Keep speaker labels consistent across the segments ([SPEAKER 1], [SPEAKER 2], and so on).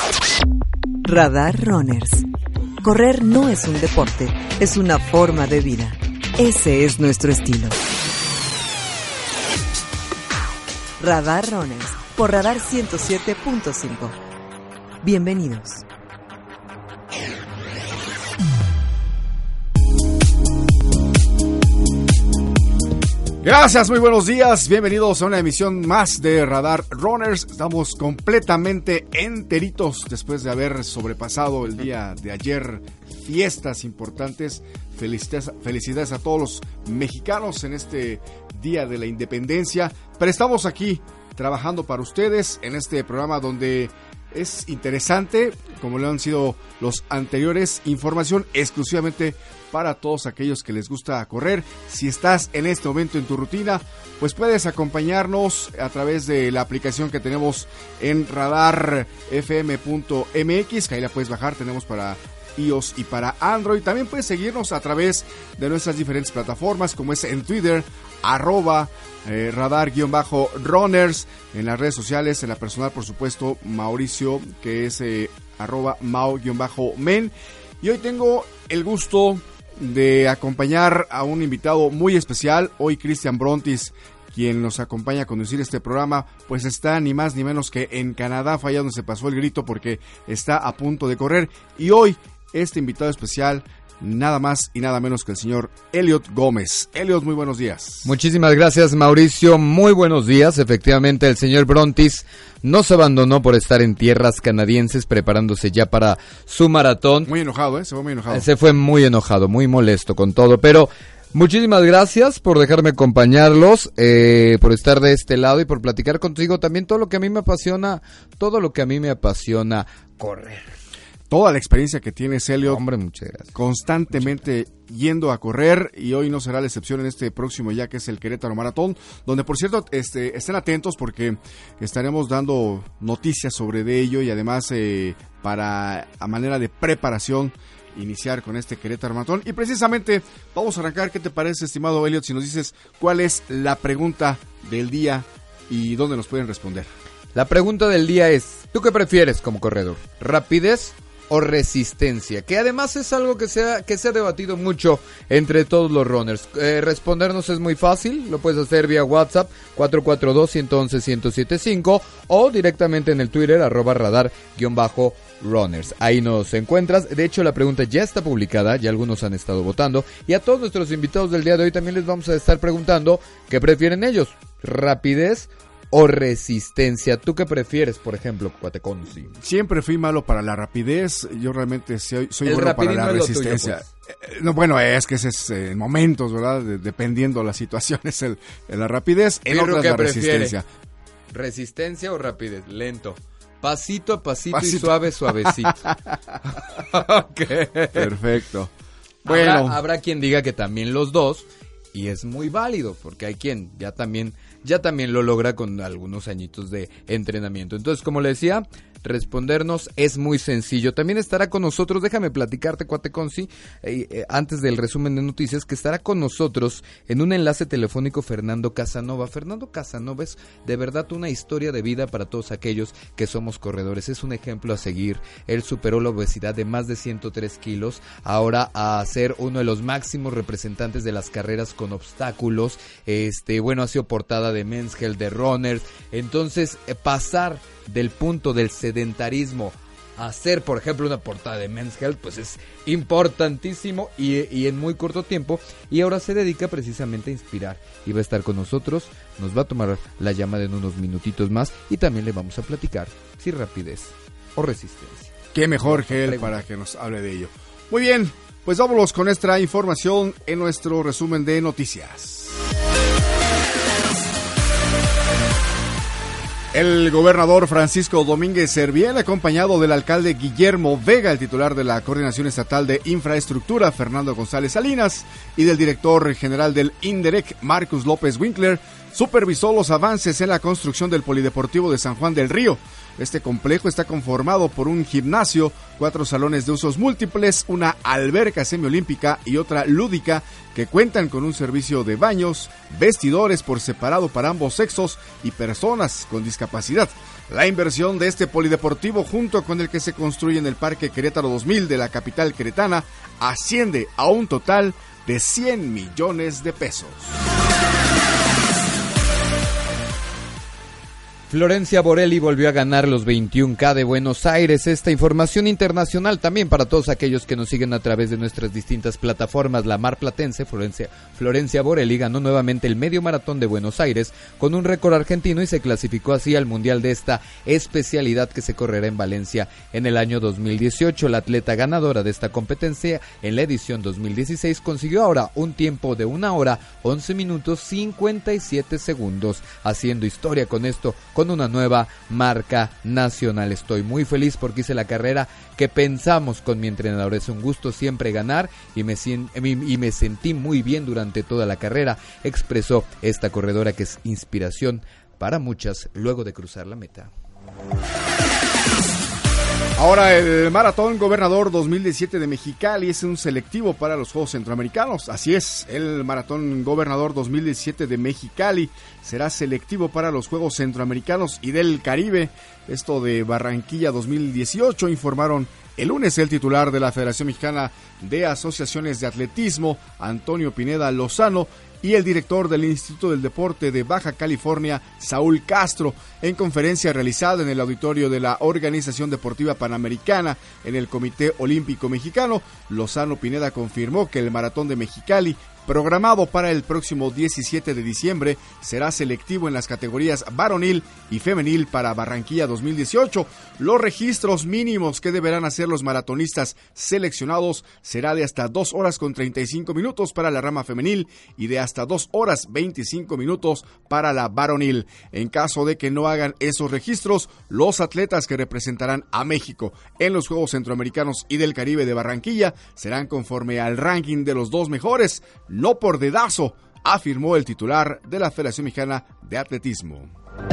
[SPEAKER 1] Radar Runners. Correr no es un deporte, es una forma de vida. Ese es nuestro estilo. Radar Runners, por Radar 107.5. Bienvenidos.
[SPEAKER 2] Gracias, muy buenos días, bienvenidos a una emisión más de Radar Runners. Estamos completamente enteritos después de haber sobrepasado el día de ayer, fiestas importantes. Felicidades a todos los mexicanos en este Día de la Independencia, pero estamos aquí trabajando para ustedes en este programa donde es interesante, como lo han sido los anteriores, información exclusivamente para todos aquellos que les gusta correr. Si estás en este momento en tu rutina, pues puedes acompañarnos a través de la aplicación que tenemos en radarfm.mx, que ahí la puedes bajar, tenemos para iOS y para Android. También puedes seguirnos a través de nuestras diferentes plataformas, como es en Twitter, @radar_runners, en las redes sociales, en la personal, por supuesto, Mauricio, que es @mao_men. Y hoy tengo el gusto de acompañar a un invitado muy especial. Hoy Cristian Brontis, quien nos acompaña a conducir este programa, pues está ni más ni menos que en Canadá, fue allá donde se pasó el grito porque está a punto de correr. Y hoy este invitado especial, nada más y nada menos que el señor Elliot Gómez. Elliot, muy buenos días.
[SPEAKER 3] Muchísimas gracias, Mauricio, muy buenos días. Efectivamente, el señor Brontis nos abandonó por estar en tierras canadienses preparándose ya para su maratón.
[SPEAKER 2] Muy enojado, se fue muy enojado.
[SPEAKER 3] Se fue muy enojado, muy molesto con todo, pero muchísimas gracias por dejarme acompañarlos, por estar de este lado y por platicar contigo también todo lo que a mí me apasiona, correr.
[SPEAKER 2] Toda la experiencia que tienes, Elliot.
[SPEAKER 3] Hombre, muchas gracias.
[SPEAKER 2] Constantemente yendo a correr, y hoy no será la excepción en este próximo ya que es el Querétaro Maratón, donde por cierto estén atentos porque estaremos dando noticias sobre de ello y además para a manera de preparación iniciar con este Querétaro Maratón. Y precisamente vamos a arrancar. ¿Qué te parece, estimado Elliot, si nos dices cuál es la pregunta del día y dónde nos pueden responder?
[SPEAKER 3] La pregunta del día es, ¿tú qué prefieres como corredor? ¿Rapidez o resistencia? Que además es algo que se ha debatido mucho entre todos los runners. Respondernos es muy fácil, lo puedes hacer vía WhatsApp 442-111-1075 o directamente en el Twitter @radar_runners. Ahí nos encuentras. De hecho, la pregunta ya está publicada, ya algunos han estado votando, y a todos nuestros invitados del día de hoy también les vamos a estar preguntando ¿qué prefieren ellos? ¿Rapidez o resistencia? ¿Tú qué prefieres, por ejemplo, Cuateconci?
[SPEAKER 2] Siempre fui malo para la rapidez. Yo realmente soy bueno para la resistencia.
[SPEAKER 3] Tuyo, pues.
[SPEAKER 2] No, bueno, es que ese es en momentos, ¿verdad? Dependiendo la situación es la rapidez, en otras la resistencia.
[SPEAKER 3] ¿Resistencia o rapidez? Lento. Pasito a pasito. Y suavecito. Okay.
[SPEAKER 2] Perfecto. Bueno,
[SPEAKER 3] habrá quien diga que también los dos, y es muy válido, porque hay quien ya también lo logra con algunos añitos de entrenamiento. Entonces, como le decía, respondernos es muy sencillo. También estará con nosotros, déjame platicarte, Cuateconci, antes del resumen de noticias, que estará con nosotros en un enlace telefónico Fernando Casanova. Fernando Casanova es de verdad una historia de vida para todos aquellos que somos corredores. Es un ejemplo a seguir. Él superó la obesidad de más de 103 kilos, ahora a ser uno de los máximos representantes de las carreras con obstáculos. Ha sido portada de Men's Health, de Runners. Entonces, pasar del punto del sedentarismo a hacer, por ejemplo, una portada de Men's Health, pues es importantísimo y en muy corto tiempo. Y ahora se dedica precisamente a inspirar y va a estar con nosotros. Nos va a tomar la llamada en unos minutitos más y también le vamos a platicar si rapidez o resistencia.
[SPEAKER 2] Qué mejor que él para que nos hable de ello. Muy bien, pues vámonos con nuestra información en nuestro resumen de noticias. El gobernador Francisco Domínguez Servién, acompañado del alcalde Guillermo Vega, el titular de la Coordinación Estatal de Infraestructura, Fernando González Salinas, y del director general del INDEREC, Marcus López Winkler, supervisó los avances en la construcción del Polideportivo de San Juan del Río. Este complejo está conformado por un gimnasio, 4 salones de usos múltiples, una alberca semiolímpica y otra lúdica que cuentan con un servicio de baños, vestidores por separado para ambos sexos y personas con discapacidad. La inversión de este polideportivo, junto con el que se construye en el Parque Querétaro 2000 de la capital queretana, asciende a un total de 100 millones de pesos.
[SPEAKER 3] Florencia Borelli volvió a ganar los 21K de Buenos Aires. Esta información internacional también para todos aquellos que nos siguen a través de nuestras distintas plataformas. La marplatense Florencia Borelli ganó nuevamente el medio maratón de Buenos Aires con un récord argentino y se clasificó así al mundial de esta especialidad que se correrá en Valencia en el año 2018. La atleta ganadora de esta competencia en la edición 2016 consiguió ahora un tiempo de 1 hora 11 minutos 57 segundos, haciendo historia con esto, con una nueva marca nacional. Estoy muy feliz porque hice la carrera que pensamos con mi entrenador. Es un gusto siempre ganar y me sentí muy bien durante toda la carrera, expresó esta corredora que es inspiración para muchas luego de cruzar la meta.
[SPEAKER 2] Ahora el Maratón Gobernador 2017 de Mexicali es un selectivo para los Juegos Centroamericanos. Así es, el Maratón Gobernador 2017 de Mexicali será selectivo para los Juegos Centroamericanos y del Caribe. Esto de Barranquilla 2018, informaron el lunes el titular de la Federación Mexicana de Asociaciones de Atletismo, Antonio Pineda Lozano, y el director del Instituto del Deporte de Baja California, Saúl Castro, en conferencia realizada en el auditorio de la Organización Deportiva Panamericana en el Comité Olímpico Mexicano. Lozano Pineda confirmó que el Maratón de Mexicali, programado para el próximo 17 de diciembre, será selectivo en las categorías varonil y femenil para Barranquilla 2018. Los registros mínimos que deberán hacer los maratonistas seleccionados será de hasta 2 horas con 35 minutos para la rama femenil y de hasta 2 horas 25 minutos para la varonil. En caso de que no hagan esos registros, los atletas que representarán a México en los Juegos Centroamericanos y del Caribe de Barranquilla serán conforme al ranking de los 2 mejores, no por dedazo, afirmó el titular de la Federación Mexicana de Atletismo.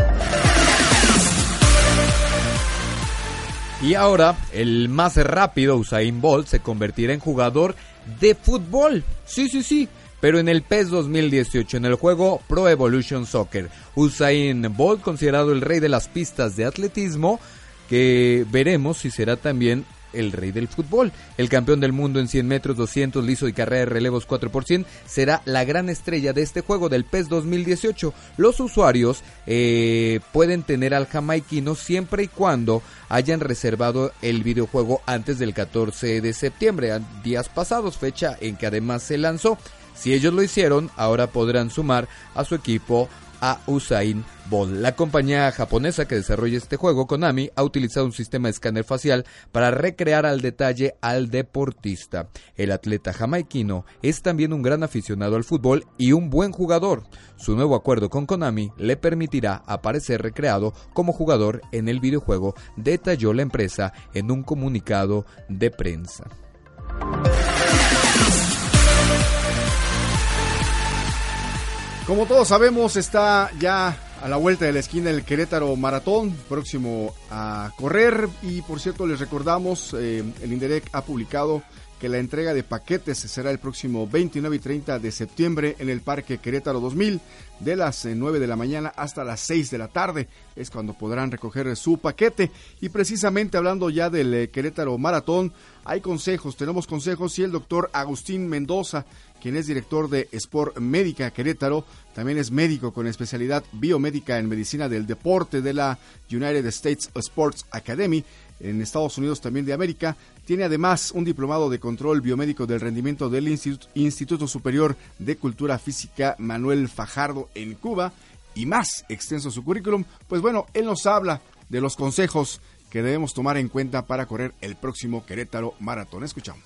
[SPEAKER 3] Y ahora, el más rápido, Usain Bolt, se convertirá en jugador de fútbol. Sí, pero en el PES 2018, en el juego Pro Evolution Soccer. Usain Bolt, considerado el rey de las pistas de atletismo, que veremos si será también el rey del fútbol. El campeón del mundo en 100 metros, 200 liso y carrera de relevos 4%, será la gran estrella de este juego del PES 2018. Los usuarios pueden tener al jamaiquino siempre y cuando hayan reservado el videojuego antes del 14 de septiembre, días pasados, fecha en que además se lanzó. Si ellos lo hicieron, ahora podrán sumar a su equipo a Usain Bolt. La compañía japonesa que desarrolla este juego, Konami, ha utilizado un sistema de escáner facial para recrear al detalle al deportista. El atleta jamaiquino es también un gran aficionado al fútbol y un buen jugador. Su nuevo acuerdo con Konami le permitirá aparecer recreado como jugador en el videojuego, detalló la empresa en un comunicado de prensa.
[SPEAKER 2] Como todos sabemos, está ya a la vuelta de la esquina el Querétaro Maratón, próximo a correr. Y por cierto, les recordamos, el INDEREC ha publicado que la entrega de paquetes será el próximo 29 y 30 de septiembre en el Parque Querétaro 2000, de las 9 de la mañana hasta las 6 de la tarde. Es cuando podrán recoger su paquete. Y precisamente hablando ya del Querétaro Maratón, hay consejos, tenemos consejos, y el doctor Agustín Mendoza, quien es director de Sport Médica Querétaro, también es médico con especialidad biomédica en medicina del deporte de la United States Sports Academy, en Estados Unidos también de América. Tiene además un diplomado de control biomédico del rendimiento del Instituto Superior de Cultura Física Manuel Fajardo en Cuba, y más extenso su currículum. Pues bueno, él nos habla de los consejos que debemos tomar en cuenta para correr el próximo Querétaro Maratón. Escuchamos.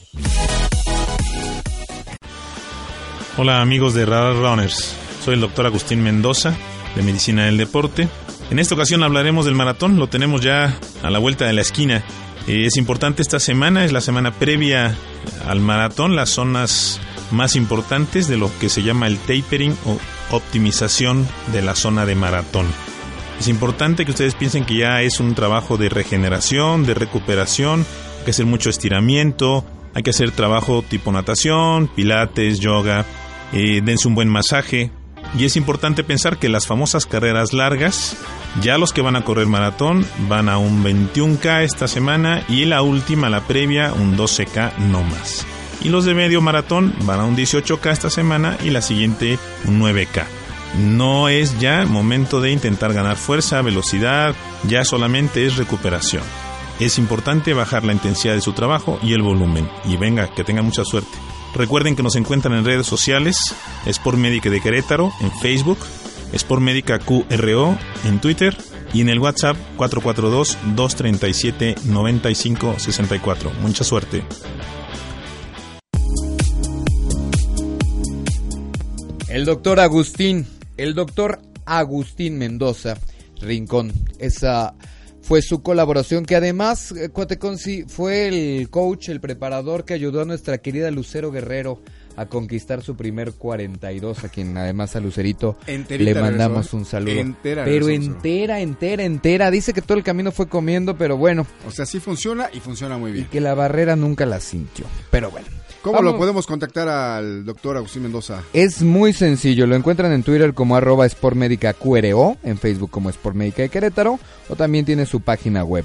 [SPEAKER 4] Hola amigos de Radar Runners, soy el doctor Agustín Mendoza de Medicina del Deporte. En esta ocasión hablaremos del maratón, lo tenemos ya a la vuelta de la esquina. Es importante esta semana, es la semana previa al maratón, las zonas más importantes de lo que se llama el tapering o optimización de la zona de maratón. Es importante que ustedes piensen que ya es un trabajo de regeneración, de recuperación, hay que hacer mucho estiramiento, hay que hacer trabajo tipo natación, pilates, yoga, dense un buen masaje. Y es importante pensar que las famosas carreras largas, ya los que van a correr maratón van a un 21K esta semana y la última, la previa, un 12K no más. Y los de medio maratón van a un 18K esta semana y la siguiente un 9K. No es ya momento de intentar ganar fuerza, velocidad, ya solamente es recuperación. Es importante bajar la intensidad de su trabajo y el volumen. Y venga, que tengan mucha suerte. Recuerden que nos encuentran en redes sociales, Sport Médica de Querétaro, en Facebook, Sport Médica QRO, en Twitter y en el WhatsApp 442-237-9564. Mucha suerte.
[SPEAKER 3] El doctor Agustín Mendoza Rincón. Esa fue su colaboración, que además, Cuateconci, fue el coach, el preparador que ayudó a nuestra querida Lucero Guerrero a conquistar su primer 42, a quien además a Lucerito
[SPEAKER 2] enterita
[SPEAKER 3] le mandamos un saludo. Pero entera. Dice que todo el camino fue comiendo, pero bueno.
[SPEAKER 2] O sea, sí funciona y funciona muy bien.
[SPEAKER 3] Y que la barrera nunca la sintió, pero bueno.
[SPEAKER 2] ¿Cómo lo podemos contactar al doctor Agustín Mendoza?
[SPEAKER 3] Es muy sencillo, lo encuentran en Twitter como @sportmedica_QRO, en Facebook como Sport Médica de Querétaro, o también tiene su página web,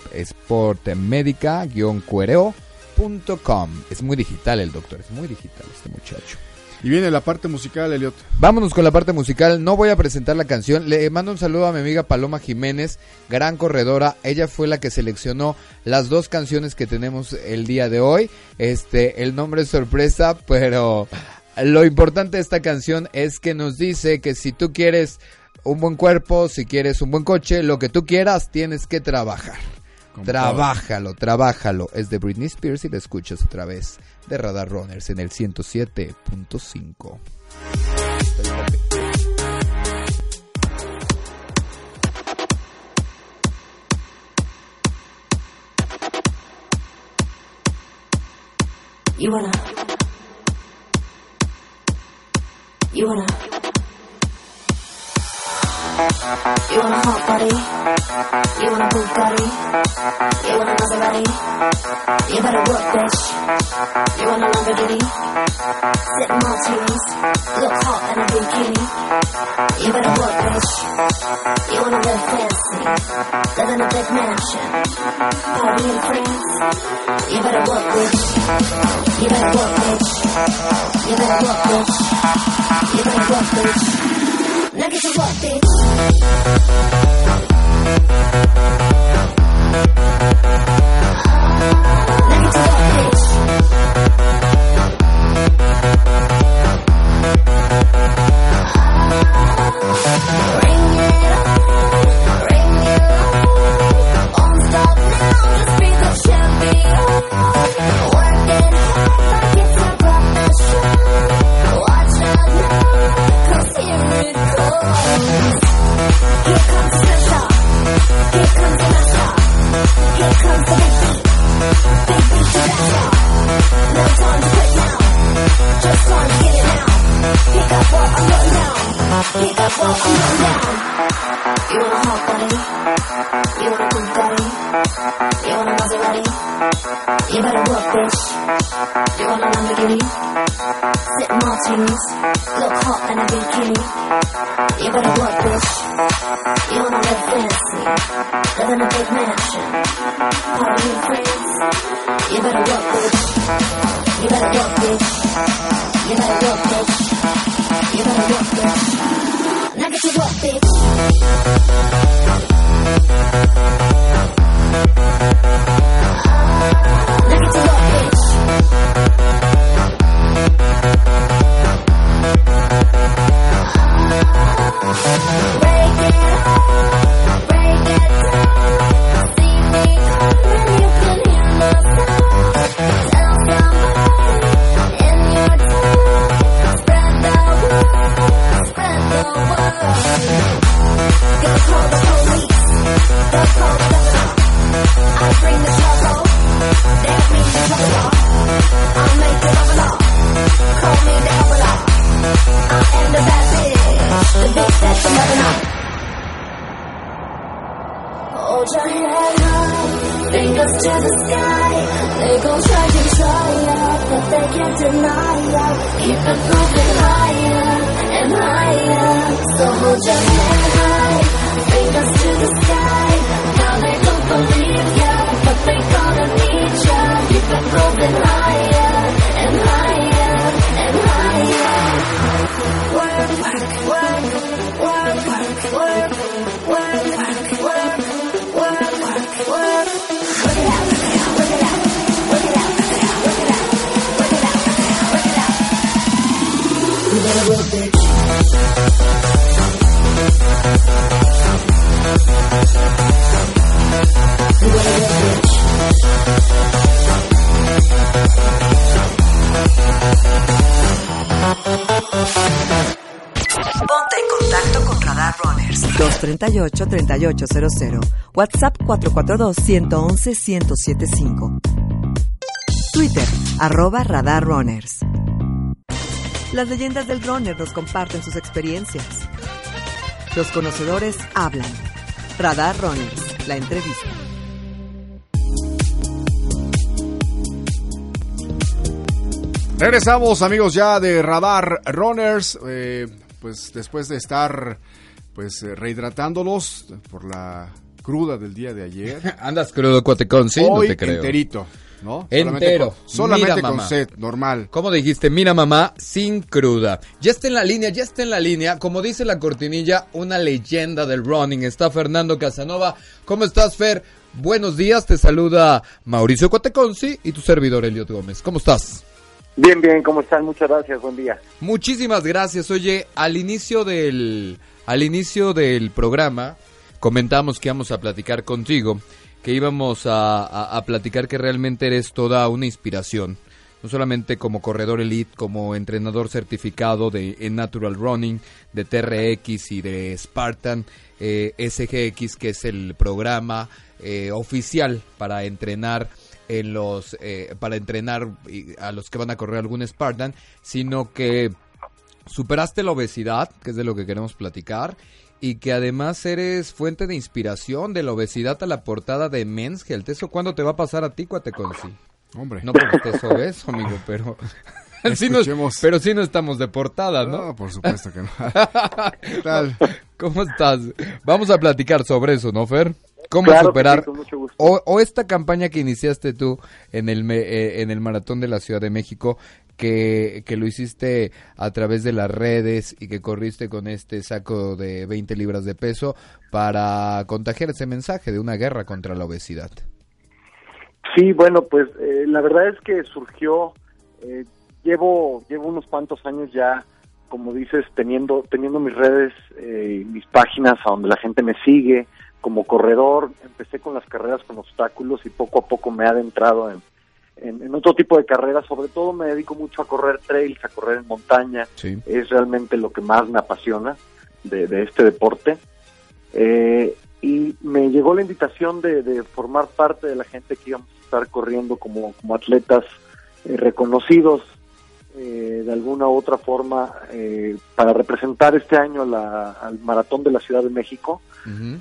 [SPEAKER 3] sportmedica-QRO.com. Es muy digital el doctor, es muy digital este muchacho.
[SPEAKER 2] Y viene la parte musical, Eliot.
[SPEAKER 3] Vámonos con la parte musical. No voy a presentar la canción. Le mando un saludo a mi amiga Paloma Jiménez, gran corredora. Ella fue la que seleccionó las dos canciones que tenemos el día de hoy. El nombre es sorpresa, pero lo importante de esta canción es que nos dice que si tú quieres un buen cuerpo, si quieres un buen coche, lo que tú quieras, tienes que trabajar. Trabájalo. Es de Britney Spears y la escuchas otra vez de Radar Runners en el 107.5.
[SPEAKER 5] You wanna hot body? You wanna Bugatti? You wanna Maserati? You better work, bitch. You wanna Lamborghini? Sip martinis, look hot in a bikini. You better work, bitch. You wanna live fancy, live in a big mansion, party in France. You better work, bitch. You better work, bitch. You better work, bitch. You better work, bitch. Now get to work, bitch. Now get to work, bitch. Ring it up, won't stop now, just be the champion. Work it hard like it's a profession. Watch out now, 'cause here it goes. Here comes the shot, here comes the shot, here comes the big beat to that shot. No time to quit now, just time to get it now. Pick up what I'm putting down, pick up what I'm putting down. You want a hot body, you want a Bugatti, you want a Maserati, you better work, bitch. You want a Lamborghini, sip martinis, look hot in a bikini. You better work, bitch. You wanna live fancy, live in a big mansion, party in France. You better work, bitch. You better work, bitch. You better work, bitch. You better work, bitch. Now get to work, bitch. Now get to work, bitch. Break it up, break it down. See me coming, you can hear my sound. Tell somebody in your town. Spread the word, spread the word. Go call the police, go call the governor. I bring the trouble, that means the trouble. I'll make it over law, call me the Hezbollah. I am the bad bitch, the bitch that you never know. hold your head high, fingers to the sky. They gon' try to try ya, but they can't deny ya. Keep it moving higher and higher. So hold your head high, fingers to the sky. Now they don't believe ya, but they gonna need ya. Keep it moving higher and higher and higher. Work, work, work, work, work, work, work, work, work, work, work, work. Work it out, work it out, work it out, work it out, work it out, work it out, work it out. You better work, bitch. You better work, bitch.
[SPEAKER 1] Ponte en contacto con Radar Runners 238-3800, WhatsApp 442-111-1075, Twitter @Radar Runners. Las leyendas del runner nos comparten sus experiencias. Los conocedores hablan. Radar Runners, la entrevista.
[SPEAKER 2] Regresamos, amigos, ya de Radar Runners, pues después de estar rehidratándolos por la cruda del día de ayer.
[SPEAKER 3] ¿Andas crudo, Cuatecón? Sí,
[SPEAKER 2] Hoy
[SPEAKER 3] no te creo.
[SPEAKER 2] enterito, ¿no?
[SPEAKER 3] Entero.
[SPEAKER 2] Solamente
[SPEAKER 3] Mira,
[SPEAKER 2] con
[SPEAKER 3] mamá.
[SPEAKER 2] sed, normal.
[SPEAKER 3] ¿Cómo dijiste? Mira, mamá, sin cruda. Ya está en la línea. Como dice la cortinilla, una leyenda del running. Está Fernando Casanova. ¿Cómo estás, Fer? Buenos días, te saluda Mauricio Cuateconci y tu servidor, Eliot Gómez. ¿Cómo estás?
[SPEAKER 6] Bien, bien, ¿cómo están? Muchas gracias, buen día.
[SPEAKER 3] Muchísimas gracias. Oye, al inicio del programa comentamos que íbamos a platicar contigo, que íbamos a platicar que realmente eres toda una inspiración, no solamente como corredor elite, como entrenador certificado en Natural Running, de TRX y de Spartan SGX, que es el programa oficial para entrenar a los que van a correr algún Spartan, sino que superaste la obesidad, que es de lo que queremos platicar, y que además eres fuente de inspiración de la obesidad a la portada de Men's Health. ¿Eso cuándo te va a pasar a ti, Cuateconci?
[SPEAKER 2] Hombre.
[SPEAKER 3] No porque estés obeso, amigo, pero sí no estamos de portada, ¿no?
[SPEAKER 2] No, por supuesto que no. ¿Qué tal?
[SPEAKER 3] ¿Cómo estás? Vamos a platicar sobre eso, ¿no, Fer? ¿Cómo
[SPEAKER 6] Claro,
[SPEAKER 3] superar
[SPEAKER 6] sí, con mucho gusto.
[SPEAKER 3] o esta campaña que iniciaste tú en el Maratón de la Ciudad de México, que lo hiciste a través de las redes y que corriste con este saco de 20 libras de peso para contagiar ese mensaje de una guerra contra la obesidad?
[SPEAKER 6] Sí, bueno, pues la verdad es que surgió, llevo unos cuantos años ya, como dices, teniendo mis redes, mis páginas a donde la gente me sigue. Como corredor empecé con las carreras con obstáculos y poco a poco me he adentrado en otro tipo de carreras. Sobre todo me dedico mucho a correr trails, a correr en montaña.
[SPEAKER 3] Sí.
[SPEAKER 6] Es realmente lo que más me apasiona de este deporte. Y me llegó la invitación de formar parte de la gente que íbamos a estar corriendo como atletas reconocidos de alguna u otra forma para representar este año al Maratón de la Ciudad de México.
[SPEAKER 3] Uh-huh.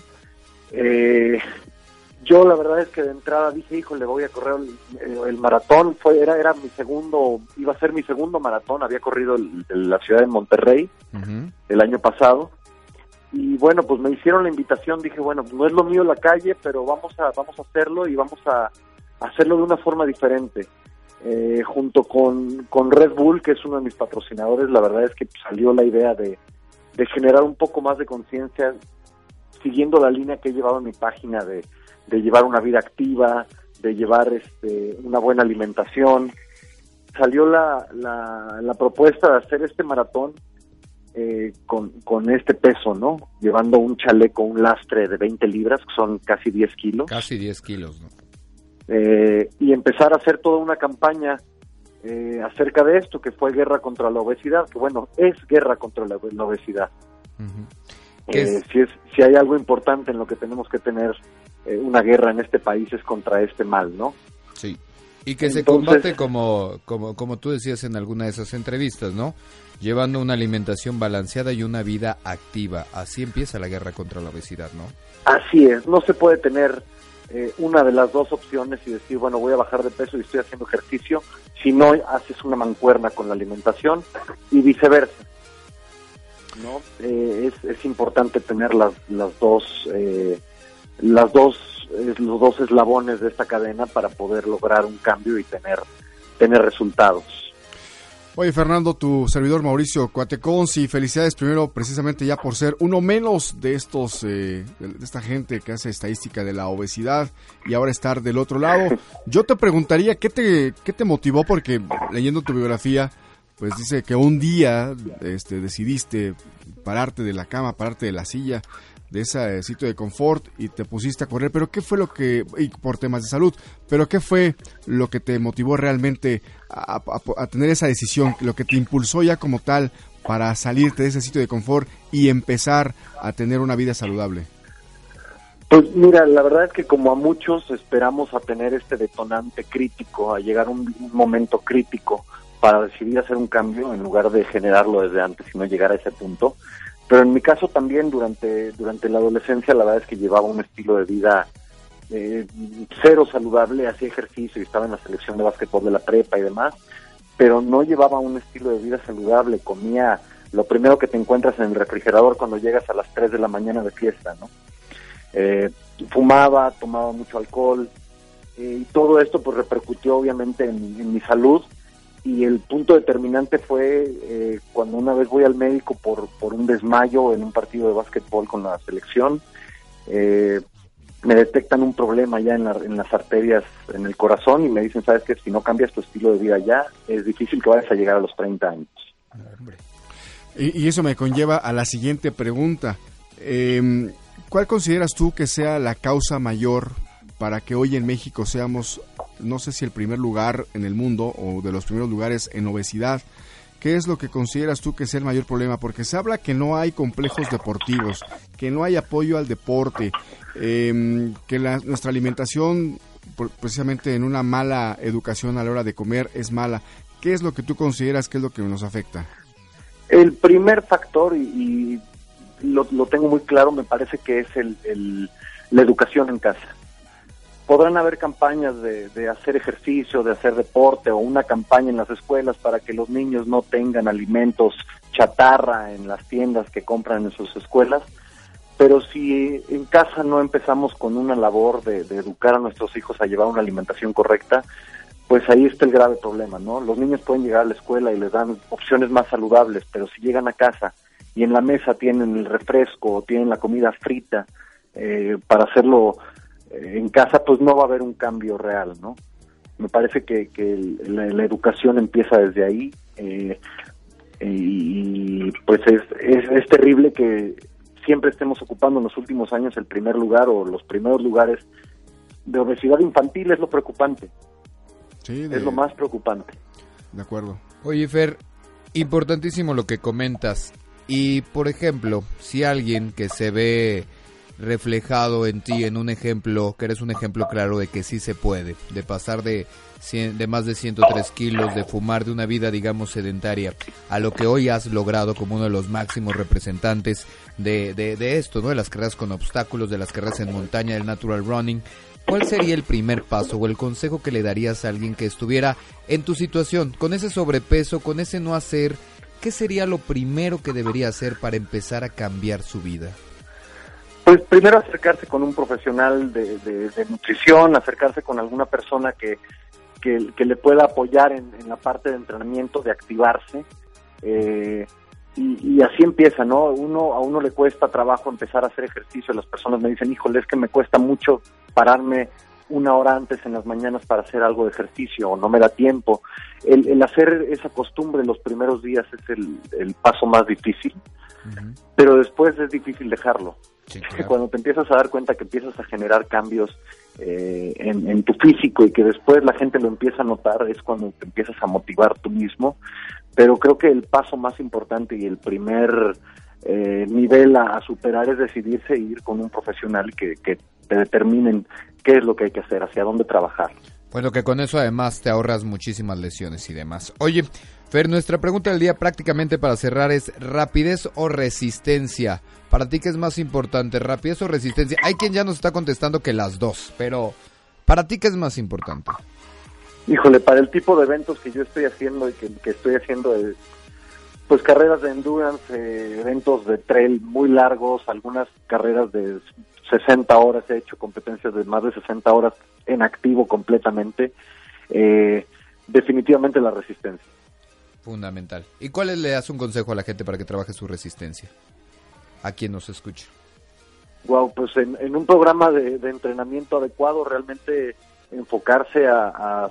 [SPEAKER 6] Yo la verdad es que de entrada dije, híjole, voy a correr el maratón. Era mi segundo, iba a ser mi segundo maratón. Había corrido la ciudad de Monterrey
[SPEAKER 3] Uh-huh.
[SPEAKER 6] el año pasado. Y bueno, pues me hicieron la invitación. Dije, bueno, no es lo mío la calle, pero vamos a hacerlo y vamos a hacerlo de una forma diferente. Junto con Red Bull, que es uno de mis patrocinadores, la verdad es que salió la idea de generar un poco más de conciencia, siguiendo la línea que he llevado en mi página de llevar una vida activa, de llevar una buena alimentación. Salió la propuesta de hacer este maratón con este peso, ¿no? Llevando un chaleco, un lastre de 20 libras, que son casi 10 kilos.
[SPEAKER 3] Casi 10 kilos, ¿no?
[SPEAKER 6] Y empezar a hacer toda una campaña acerca de esto, que fue guerra contra la obesidad, que bueno, es guerra contra la obesidad.
[SPEAKER 3] Uh-huh.
[SPEAKER 6] Si hay algo importante en lo que tenemos que tener una guerra en este país es contra este mal, ¿no?
[SPEAKER 3] Sí. Y que se
[SPEAKER 6] Entonces,
[SPEAKER 3] combate como tú decías en alguna de esas entrevistas, ¿no? Llevando una alimentación balanceada y una vida activa. Así empieza la guerra contra la obesidad, ¿no?
[SPEAKER 6] así es, no se puede tener una de las dos opciones y decir, bueno, voy a bajar de peso y estoy haciendo ejercicio, si no haces una mancuerna con la alimentación y viceversa, ¿no? Es importante tener los dos eslabones de esta cadena para poder lograr un cambio y tener resultados.
[SPEAKER 2] Oye, Fernando, tu servidor Mauricio Cuatecons, y felicidades primero precisamente ya por ser uno menos de estos de esta gente que hace estadística de la obesidad y ahora estar del otro lado. Yo te preguntaría, ¿qué te motivó? Porque leyendo tu biografía, pues dice que un día decidiste pararte de la cama, pararte de la silla, de ese sitio de confort y te pusiste a correr, pero ¿qué fue y por temas de salud, pero qué fue lo que te motivó realmente a tener esa decisión, lo que te impulsó ya como tal para salirte de ese sitio de confort y empezar a tener una vida saludable?
[SPEAKER 6] Pues mira, la verdad es que como a muchos esperamos a tener este detonante crítico, a llegar a un momento crítico para decidir hacer un cambio en lugar de generarlo desde antes y no llegar a ese punto. Pero en mi caso también durante la adolescencia la verdad es que llevaba un estilo de vida cero saludable, hacía ejercicio y estaba en la selección de básquetbol de la prepa y demás, pero no llevaba un estilo de vida saludable, comía lo primero que te encuentras en el refrigerador cuando llegas a las 3 de la mañana de fiesta, ¿no? Fumaba, tomaba mucho alcohol, y todo esto pues repercutió obviamente en mi salud. Y el punto determinante fue cuando una vez voy al médico por un desmayo en un partido de básquetbol con la selección, me detectan un problema ya en las arterias, en el corazón, y me dicen, ¿sabes qué? Si no cambias tu estilo de vida ya, es difícil que vayas a llegar a los 30 años.
[SPEAKER 2] Y eso me conlleva a la siguiente pregunta. ¿Cuál consideras tú que sea la causa mayor para que hoy en México seamos, no sé si el primer lugar en el mundo o de los primeros lugares en obesidad? ¿Qué es lo que consideras tú que sea el mayor problema? Porque se habla que no hay complejos deportivos, que no hay apoyo al deporte, que nuestra alimentación, precisamente en una mala educación a la hora de comer, es mala. ¿Qué es lo que tú consideras que es lo que nos afecta?
[SPEAKER 6] El primer factor, y lo tengo muy claro, me parece que es la educación en casa. Podrán haber campañas de hacer ejercicio, de hacer deporte, o una campaña en las escuelas para que los niños no tengan alimentos chatarra en las tiendas que compran en sus escuelas, pero si en casa no empezamos con una labor de educar a nuestros hijos a llevar una alimentación correcta, pues ahí está el grave problema, ¿no? Los niños pueden llegar a la escuela y les dan opciones más saludables, pero si llegan a casa y en la mesa tienen el refresco o tienen la comida frita para hacerlo en casa, pues no va a haber un cambio real, ¿no? Me parece que la educación empieza desde ahí, y pues es terrible que siempre estemos ocupando en los últimos años el primer lugar o los primeros lugares de obesidad infantil. Es lo preocupante. Sí, es lo más preocupante.
[SPEAKER 2] De acuerdo.
[SPEAKER 3] Oye, Fer, importantísimo lo que comentas. Y, por ejemplo, si alguien que se ve reflejado en ti, en un ejemplo, que eres un ejemplo claro de que sí se puede, de pasar de más de 103 kilos, de fumar, de una vida, digamos, sedentaria, a lo que hoy has logrado como uno de los máximos representantes de esto, ¿no? De las carreras con obstáculos, de las carreras en montaña, del natural running. ¿Cuál sería el primer paso o el consejo que le darías a alguien que estuviera en tu situación, con ese sobrepeso, con ese no hacer? ¿Qué sería lo primero que debería hacer para empezar a cambiar su vida?
[SPEAKER 6] Pues primero acercarse con un profesional de nutrición, acercarse con alguna persona que le pueda apoyar en la parte de entrenamiento, de activarse, y así empieza, ¿no? A uno le cuesta trabajo empezar a hacer ejercicio. Las personas me dicen, híjole, es que me cuesta mucho pararme una hora antes en las mañanas para hacer algo de ejercicio, o no me da tiempo. El hacer esa costumbre los primeros días es el paso más difícil, pero después es difícil dejarlo. Sí, claro. Cuando te empiezas a dar cuenta que empiezas a generar cambios en tu físico y que después la gente lo empieza a notar, es cuando te empiezas a motivar tú mismo. Pero creo que el paso más importante y el primer nivel a superar es decidirse e ir con un profesional que te determinen qué es lo que hay que hacer, hacia dónde trabajar.
[SPEAKER 3] Bueno, que con eso además te ahorras muchísimas lesiones y demás. Oye, Fer, nuestra pregunta del día prácticamente para cerrar es rapidez o resistencia. ¿Para ti qué es más importante, rapidez o resistencia? Hay quien ya nos está contestando que las dos, pero ¿para ti qué es más importante?
[SPEAKER 6] Híjole, para el tipo de eventos que yo estoy haciendo y que estoy haciendo, pues carreras de endurance, eventos de trail muy largos, algunas carreras de 60 horas, he hecho competencias de más de 60 horas en activo completamente, definitivamente la resistencia.
[SPEAKER 3] Fundamental. ¿Y cuál le das un consejo a la gente para que trabaje su resistencia? A quien nos escucha.
[SPEAKER 6] Wow, pues en un programa de entrenamiento adecuado, realmente enfocarse a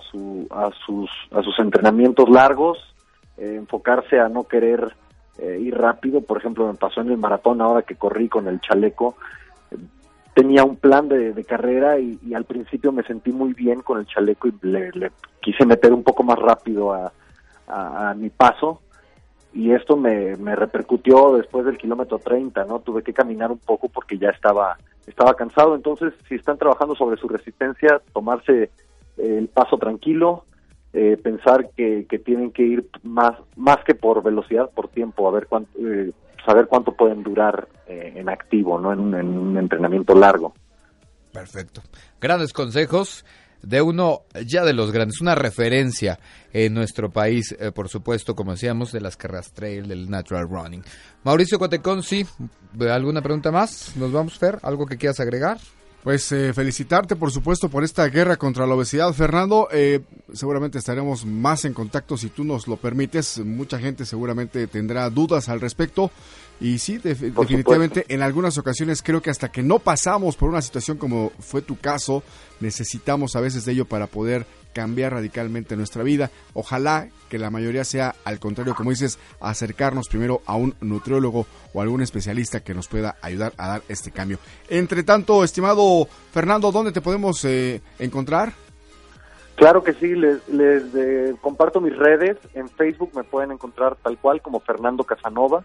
[SPEAKER 6] sus entrenamientos largos, enfocarse a no querer ir rápido. Por ejemplo, me pasó en el maratón ahora que corrí con el chaleco. Tenía un plan de carrera y al principio me sentí muy bien con el chaleco y le quise meter un poco más rápido a mi paso, y esto me repercutió después del kilómetro 30, ¿no? Tuve que caminar un poco porque ya estaba cansado. Entonces, si están trabajando sobre su resistencia, tomarse el paso tranquilo, pensar que tienen que ir más que por velocidad, por tiempo, a ver saber cuánto pueden durar en activo, ¿no? En un entrenamiento largo.
[SPEAKER 3] Perfecto. Grandes consejos de uno ya de los grandes, una referencia en nuestro país, por supuesto, como decíamos, de las carreras trail, del natural running. Mauricio Cuatecón, sí, ¿alguna pregunta más? ¿Nos vamos, Fer? ¿Algo que quieras agregar?
[SPEAKER 2] Pues felicitarte, por supuesto, por esta guerra contra la obesidad, Fernando. Seguramente estaremos más en contacto si tú nos lo permites. Mucha gente seguramente tendrá dudas al respecto. Y sí, definitivamente en algunas ocasiones creo que hasta que no pasamos por una situación como fue tu caso, necesitamos a veces de ello para poder cambiar radicalmente nuestra vida. Ojalá que la mayoría sea al contrario, como dices, acercarnos primero a un nutriólogo o algún especialista que nos pueda ayudar a dar este cambio. Entre tanto, estimado Fernando, ¿dónde te podemos encontrar?
[SPEAKER 6] Claro que sí, les comparto mis redes. En Facebook me pueden encontrar tal cual como Fernando Casanova.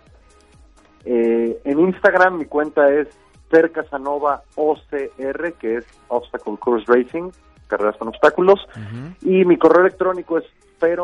[SPEAKER 6] En Instagram mi cuenta es Fer Casanova OCR, que es Obstacle Course Racing, carreras con obstáculos, y mi correo electrónico es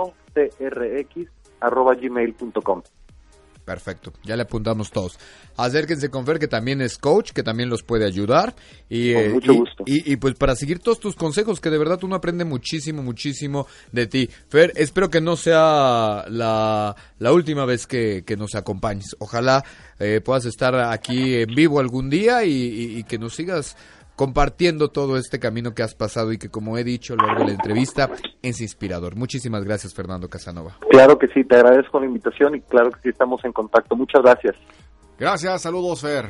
[SPEAKER 6] ferotrx@gmail.com.
[SPEAKER 3] Perfecto, ya le apuntamos todos. Acérquense con Fer, que también es coach, que también los puede ayudar. Y,
[SPEAKER 6] con mucho gusto.
[SPEAKER 3] Y pues para seguir todos tus consejos, que de verdad uno aprende muchísimo, muchísimo de ti. Fer, espero que no sea la última vez que nos acompañes. Ojalá puedas estar aquí en vivo algún día y que nos sigas compartiendo todo este camino que has pasado y que, como he dicho a lo largo de la entrevista, es inspirador. Muchísimas gracias, Fernando Casanova.
[SPEAKER 6] Claro que sí, te agradezco la invitación y claro que sí estamos en contacto. Muchas gracias.
[SPEAKER 2] Gracias, saludos, Fer.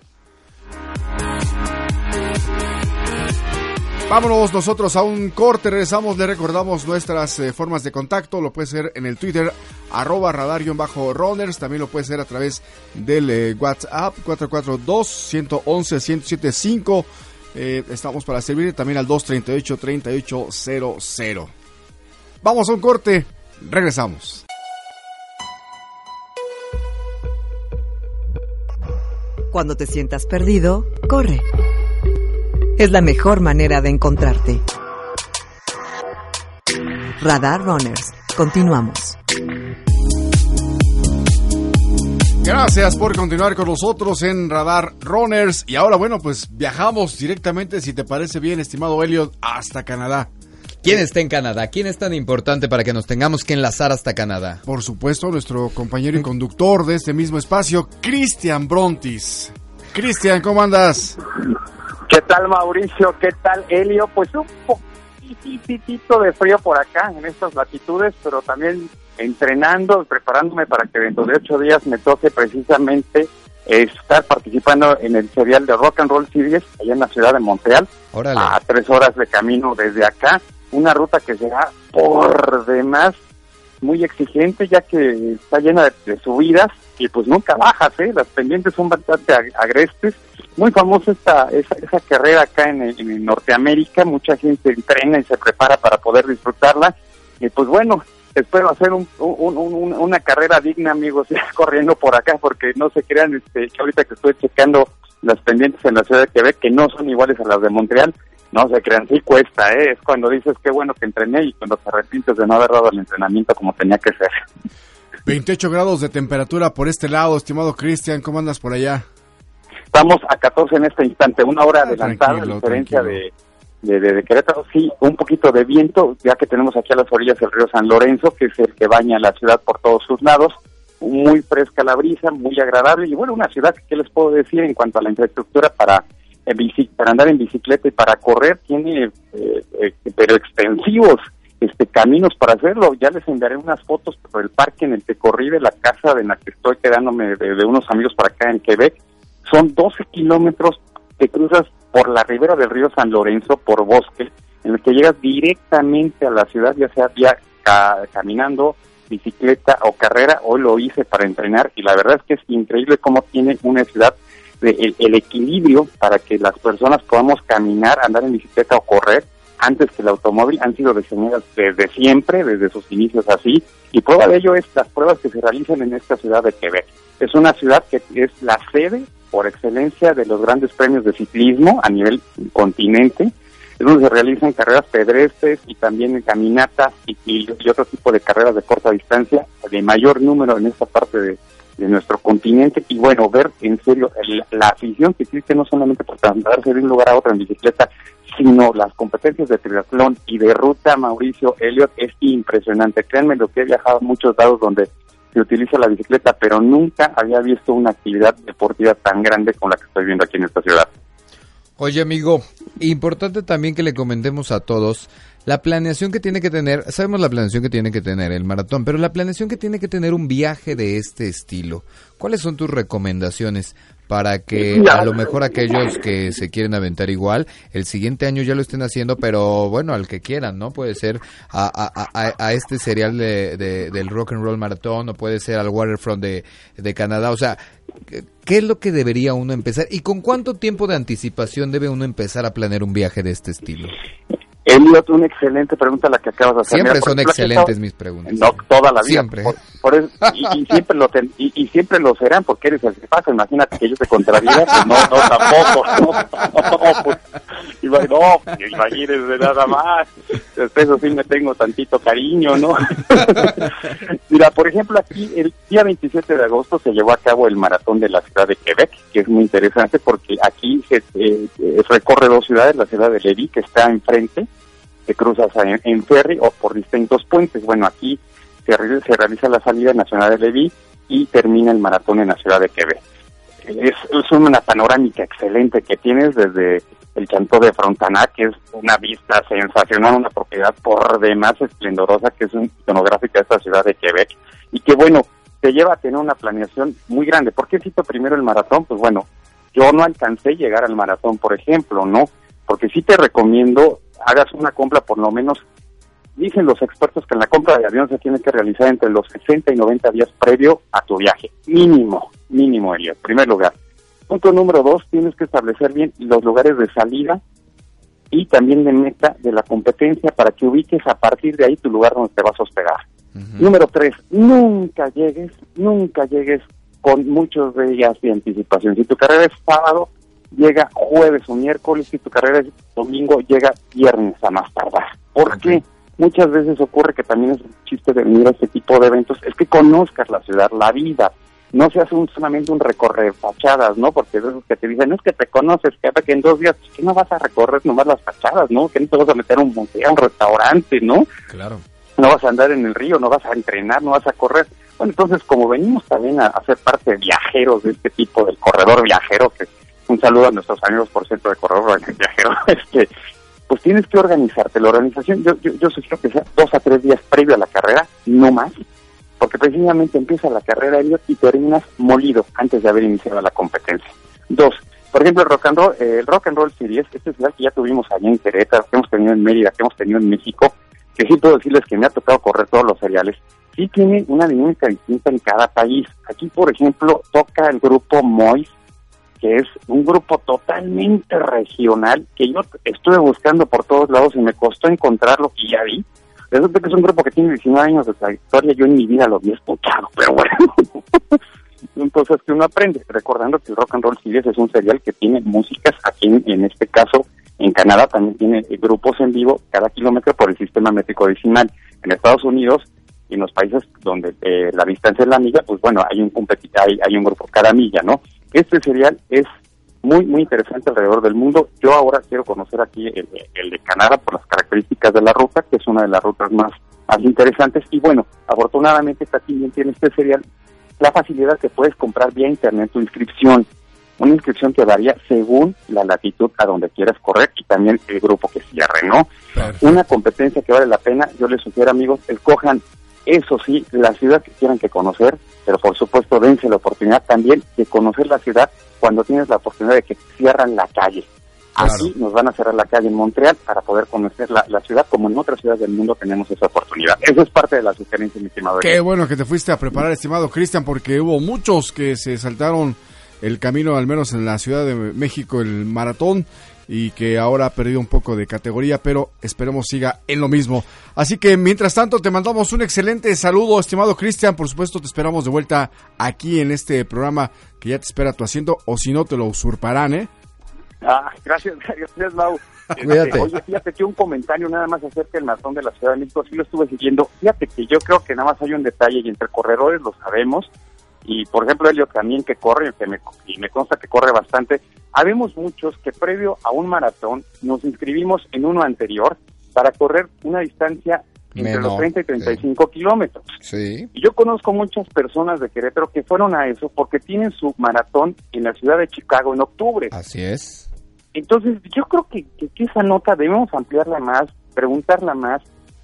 [SPEAKER 2] Vámonos nosotros a un corte, regresamos, le recordamos nuestras formas de contacto, lo puede ser en el Twitter, @radar_runners, también lo puede ser a través del WhatsApp, 442-111-1075, estamos para servir también al 238-3800. Vamos a un corte, regresamos.
[SPEAKER 1] Cuando te sientas perdido, corre. Es la mejor manera de encontrarte. Radar Runners. Continuamos.
[SPEAKER 2] Gracias por continuar con nosotros en Radar Runners. Y ahora, bueno, pues viajamos directamente, si te parece bien, estimado Elliot, hasta Canadá.
[SPEAKER 3] ¿Quién está en Canadá? ¿Quién es tan importante para que nos tengamos que enlazar hasta Canadá?
[SPEAKER 2] Por supuesto, nuestro compañero y conductor de este mismo espacio, Cristian Brontis. Cristian, ¿cómo andas?
[SPEAKER 7] ¿Qué tal, Mauricio? ¿Qué tal, Elio? Pues un poquitito de frío por acá, en estas latitudes, pero también entrenando, preparándome para que dentro de 8 días me toque precisamente estar participando en el serial de Rock and Roll Series, allá en la ciudad de Montreal.
[SPEAKER 3] Órale.
[SPEAKER 7] A 3 horas de camino desde acá, una ruta que será por demás muy exigente, ya que está llena de subidas y pues nunca bajas, las pendientes son bastante agrestes. Muy famosa esa carrera acá en Norteamérica, mucha gente entrena y se prepara para poder disfrutarla, y pues bueno, espero hacer una carrera digna, amigos, corriendo por acá, porque no se crean que ahorita que estoy checando las pendientes en la ciudad de Quebec, que no son iguales a las de Montreal, No se crean, sí cuesta, es cuando dices qué bueno que entrené y cuando te arrepientes de no haber dado el entrenamiento como tenía que ser.
[SPEAKER 2] 28 grados de temperatura por este lado, estimado Cristian, ¿cómo andas por allá?
[SPEAKER 7] Estamos a 14 en este instante, una hora adelantada, a
[SPEAKER 2] tranquilo,
[SPEAKER 7] diferencia
[SPEAKER 2] tranquilo.
[SPEAKER 7] de Querétaro. Sí, un poquito de viento, ya que tenemos aquí a las orillas el río San Lorenzo, que es el que baña la ciudad por todos sus lados. Muy fresca la brisa, muy agradable, y bueno, una ciudad, ¿qué les puedo decir en cuanto a la infraestructura para andar en bicicleta y para correr? Tiene pero extensivos caminos para hacerlo. Ya les enviaré unas fotos por el parque en el que corrí de la casa en la que estoy quedándome de unos amigos para acá en Quebec. Son 12 kilómetros que cruzas por la ribera del río San Lorenzo, por bosque, en el que llegas directamente a la ciudad, ya sea caminando, bicicleta o carrera. Hoy lo hice para entrenar y la verdad es que es increíble cómo tiene una ciudad el equilibrio para que las personas podamos caminar, andar en bicicleta o correr antes que el automóvil. Han sido diseñadas desde siempre, desde sus inicios así, y prueba de ello es las pruebas que se realizan en esta ciudad de Quebec. Es una ciudad que es la sede por excelencia de los grandes premios de ciclismo a nivel continente, es donde se realizan carreras pedestres y también caminatas y otro tipo de carreras de corta distancia de mayor número en esta parte de nuestro continente. Y bueno, ver en serio la afición que existe no solamente por trasladarse de un lugar a otro en bicicleta, sino las competencias de triatlón y de ruta, Mauricio, Elliot, es impresionante. Créanme lo que he viajado a muchos lados donde se utiliza la bicicleta, pero nunca había visto una actividad deportiva tan grande como la que estoy viendo aquí en esta ciudad.
[SPEAKER 3] Oye, amigo, importante también que le comentemos a todos la planeación que tiene que tener. Sabemos la planeación que tiene que tener el maratón, pero la planeación que tiene que tener un viaje de este estilo. ¿Cuáles son tus recomendaciones para que a lo mejor aquellos que se quieren aventar igual, el siguiente año ya lo estén haciendo, pero bueno, al que quieran, ¿no? Puede ser a este serial del Rock and Roll Maratón, o puede ser al Waterfront de Canadá. O sea, ¿qué es lo que debería uno empezar? ¿Y con cuánto tiempo de anticipación debe uno empezar a planear un viaje de este estilo?
[SPEAKER 7] Elliot, una excelente pregunta la que acabas de hacer.
[SPEAKER 3] Siempre
[SPEAKER 7] Mira,
[SPEAKER 3] son excelentes mis preguntas.
[SPEAKER 7] No, toda la vida.
[SPEAKER 3] Siempre.
[SPEAKER 7] Por eso, y siempre y siempre lo serán, porque eres el que pasa. Imagínate que yo te contraría, pues no, tampoco. Pues, imagínese nada más. Eso sí me tengo tantito cariño, ¿no? Mira, por ejemplo, aquí el día 27 de agosto se llevó a cabo el maratón de la ciudad de Quebec, que es muy interesante porque aquí se recorre dos ciudades, la ciudad de Lévis, que está enfrente, que cruzas en ferry o por distintos puentes. Bueno, aquí se realiza la salida nacional de Lévis y termina el maratón en la ciudad de Quebec. Es una panorámica excelente que tienes desde el Chantó de Frontenac, que es una vista sensacional, una propiedad por demás esplendorosa, que es una iconográfica de esta ciudad de Quebec, y que bueno, te lleva a tener una planeación muy grande. ¿Por qué cito primero el maratón? Pues bueno, yo no alcancé a llegar al maratón, por ejemplo, ¿no? Porque sí te recomiendo hagas una compra, por lo menos, dicen los expertos que en la compra de avión se tiene que realizar entre los 60 y 90 días previo a tu viaje. Mínimo, Elías. Primer lugar. Punto número 2, tienes que establecer bien los lugares de salida y también de meta de la competencia para que ubiques a partir de ahí tu lugar donde te vas a hospedar. Uh-huh. Número 3, nunca llegues con muchos días de anticipación. Si tu carrera es sábado, llega jueves o miércoles. Si tu carrera es domingo, llega viernes a más tardar. ¿Por qué? Muchas veces ocurre que también es un chiste de venir a este tipo de eventos, es que conozcas la ciudad, la vida. No se hace solamente un recorrer fachadas, ¿no? Porque de esos que te dicen, no es que te conoces, que en 2 días, ¿qué no vas a recorrer nomás las fachadas, no? Que no te vas a meter a un museo, a un restaurante, ¿no? Claro. No vas a andar en el río, no vas a entrenar, no vas a correr. Bueno, entonces, como venimos también a ser parte de viajeros de este tipo, del corredor viajero, que un saludo a nuestros amigos por Centro de Corredor Viajero, pues tienes que organizarte. La organización, yo sugiero que sea 2 a 3 días previo a la carrera, no más, porque precisamente empieza la carrera y terminas molido antes de haber iniciado la competencia. 2, por ejemplo, el Rock and Roll Series, este es el que ya tuvimos allá en Querétaro, que hemos tenido en Mérida, que hemos tenido en México, que sí puedo decirles que me ha tocado correr todos los seriales. Sí tiene una dinámica distinta en cada país. Aquí, por ejemplo, toca el grupo Mois, que es un grupo totalmente regional, que yo estuve buscando por todos lados y me costó encontrarlo, y ya vi. Resulta que es un grupo que tiene 19 años de trayectoria. Yo en mi vida lo había escuchado, pero bueno. Entonces, que uno aprende, recordando que el Rock and Roll Series es un serial que tiene músicas, aquí en este caso, En Canadá también tiene grupos en vivo cada kilómetro por el sistema métrico decimal. En Estados Unidos y en los países donde la distancia es la milla, pues bueno, hay un grupo cada milla, ¿no? Este serial es muy, muy interesante alrededor del mundo. Yo ahora quiero conocer aquí el de Canadá por las características de la ruta, que es una de las rutas más interesantes. Y bueno, afortunadamente también tiene este serial la facilidad que puedes comprar vía internet tu inscripción. Una inscripción que varía según la latitud a donde quieras correr y también el grupo que cierre, ¿no? Perfecto. Una competencia que vale la pena. Yo les sugiero, amigos, escojan, eso sí, la ciudad que quieran que conocer, pero por supuesto dense la oportunidad también de conocer la ciudad cuando tienes la oportunidad de que cierran la calle. Claro. Aquí nos van a cerrar la calle en Montreal para poder conocer la ciudad, como en otras ciudades del mundo tenemos esa oportunidad. Eso es parte de la sugerencia, mi estimado.
[SPEAKER 2] Qué bueno que te fuiste a preparar, estimado Cristian, porque hubo muchos que se saltaron el camino, al menos en la Ciudad de México, el maratón, y que ahora ha perdido un poco de categoría, pero esperemos siga en lo mismo. Así que, mientras tanto, te mandamos un excelente saludo, estimado Cristian. Por supuesto, te esperamos de vuelta aquí en este programa que ya te espera tu asiento, o si no, te lo usurparán, ¿eh?
[SPEAKER 7] Gracias, Mau. Oye, fíjate que un comentario nada más acerca del maratón de la Ciudad de México, sí lo estuve siguiendo. Fíjate que yo creo que nada más hay un detalle, y entre corredores lo sabemos, y por ejemplo Elio también que corre, y me consta que corre bastante. Habemos muchos que previo a un maratón nos inscribimos en uno anterior para correr una distancia entre los 30 y 35 kilómetros.
[SPEAKER 3] Sí.
[SPEAKER 7] Y yo conozco muchas personas de Querétaro que fueron a eso porque tienen su maratón en la ciudad de Chicago en octubre.
[SPEAKER 3] Así es.
[SPEAKER 7] Entonces yo creo que esa nota debemos ampliarla más, preguntarla más,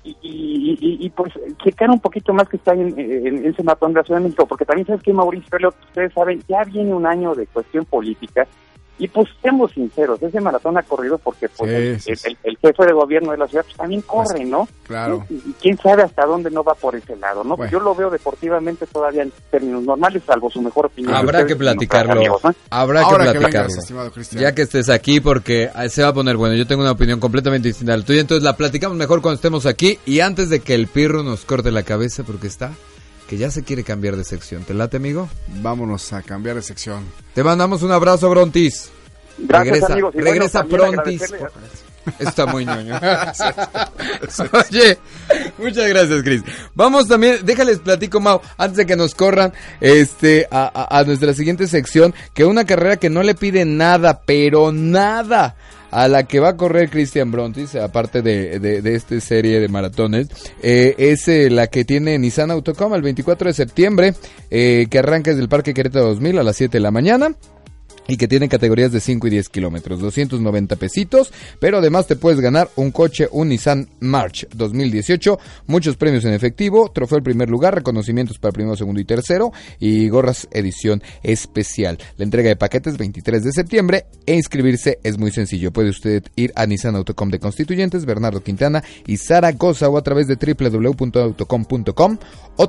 [SPEAKER 7] y pues checar un poquito más que está en ese maratón de la Ciudad de México, porque también sabes que, Mauricio, ustedes saben, ya viene un año de cuestión política, y pues seamos sinceros, ese maratón ha corrido porque pues el jefe de gobierno de la ciudad pues, también corre, ¿no?
[SPEAKER 2] Claro.
[SPEAKER 7] Y quién sabe hasta dónde no va por ese lado, ¿no? Bueno. Yo lo veo deportivamente todavía en términos normales, salvo su mejor opinión.
[SPEAKER 3] Habrá que platicarlo. Amigos, ¿no? Habrá que platicarlo. Ya que estés aquí, porque se va a poner bueno. Yo tengo una opinión completamente distinta a la tuya, entonces la platicamos mejor cuando estemos aquí y antes de que el pirro nos corte la cabeza, porque está que ya se quiere cambiar de sección. ¿Te late, amigo?
[SPEAKER 2] Vámonos a cambiar de sección.
[SPEAKER 3] Te mandamos un abrazo, Brontis.
[SPEAKER 7] Gracias, amigos.
[SPEAKER 3] Regresa Brontis. Está muy ñoño. Oye, muchas gracias, Cris. Vamos también, déjales platico, Mau, antes de que nos corran a nuestra siguiente sección, que una carrera que no le pide nada, pero nada a la que va a correr Cristian Brontis, aparte de esta serie de maratones, es la que tiene Nissan Autocom el 24 de septiembre, que arranca desde el Parque Querétaro 2000 a las 7 de la mañana. Y que tiene categorías de 5 y 10 kilómetros, 290 pesitos, pero además te puedes ganar un coche, un Nissan March 2018, muchos premios en efectivo, trofeo al primer lugar, reconocimientos para primero, segundo y tercero, y gorras edición especial. La entrega de paquetes 23 de septiembre, e inscribirse es muy sencillo. Puede usted ir a Nissan Autocom de Constituyentes, Bernardo Quintana y Zaragoza, o a través de www.autocom.com o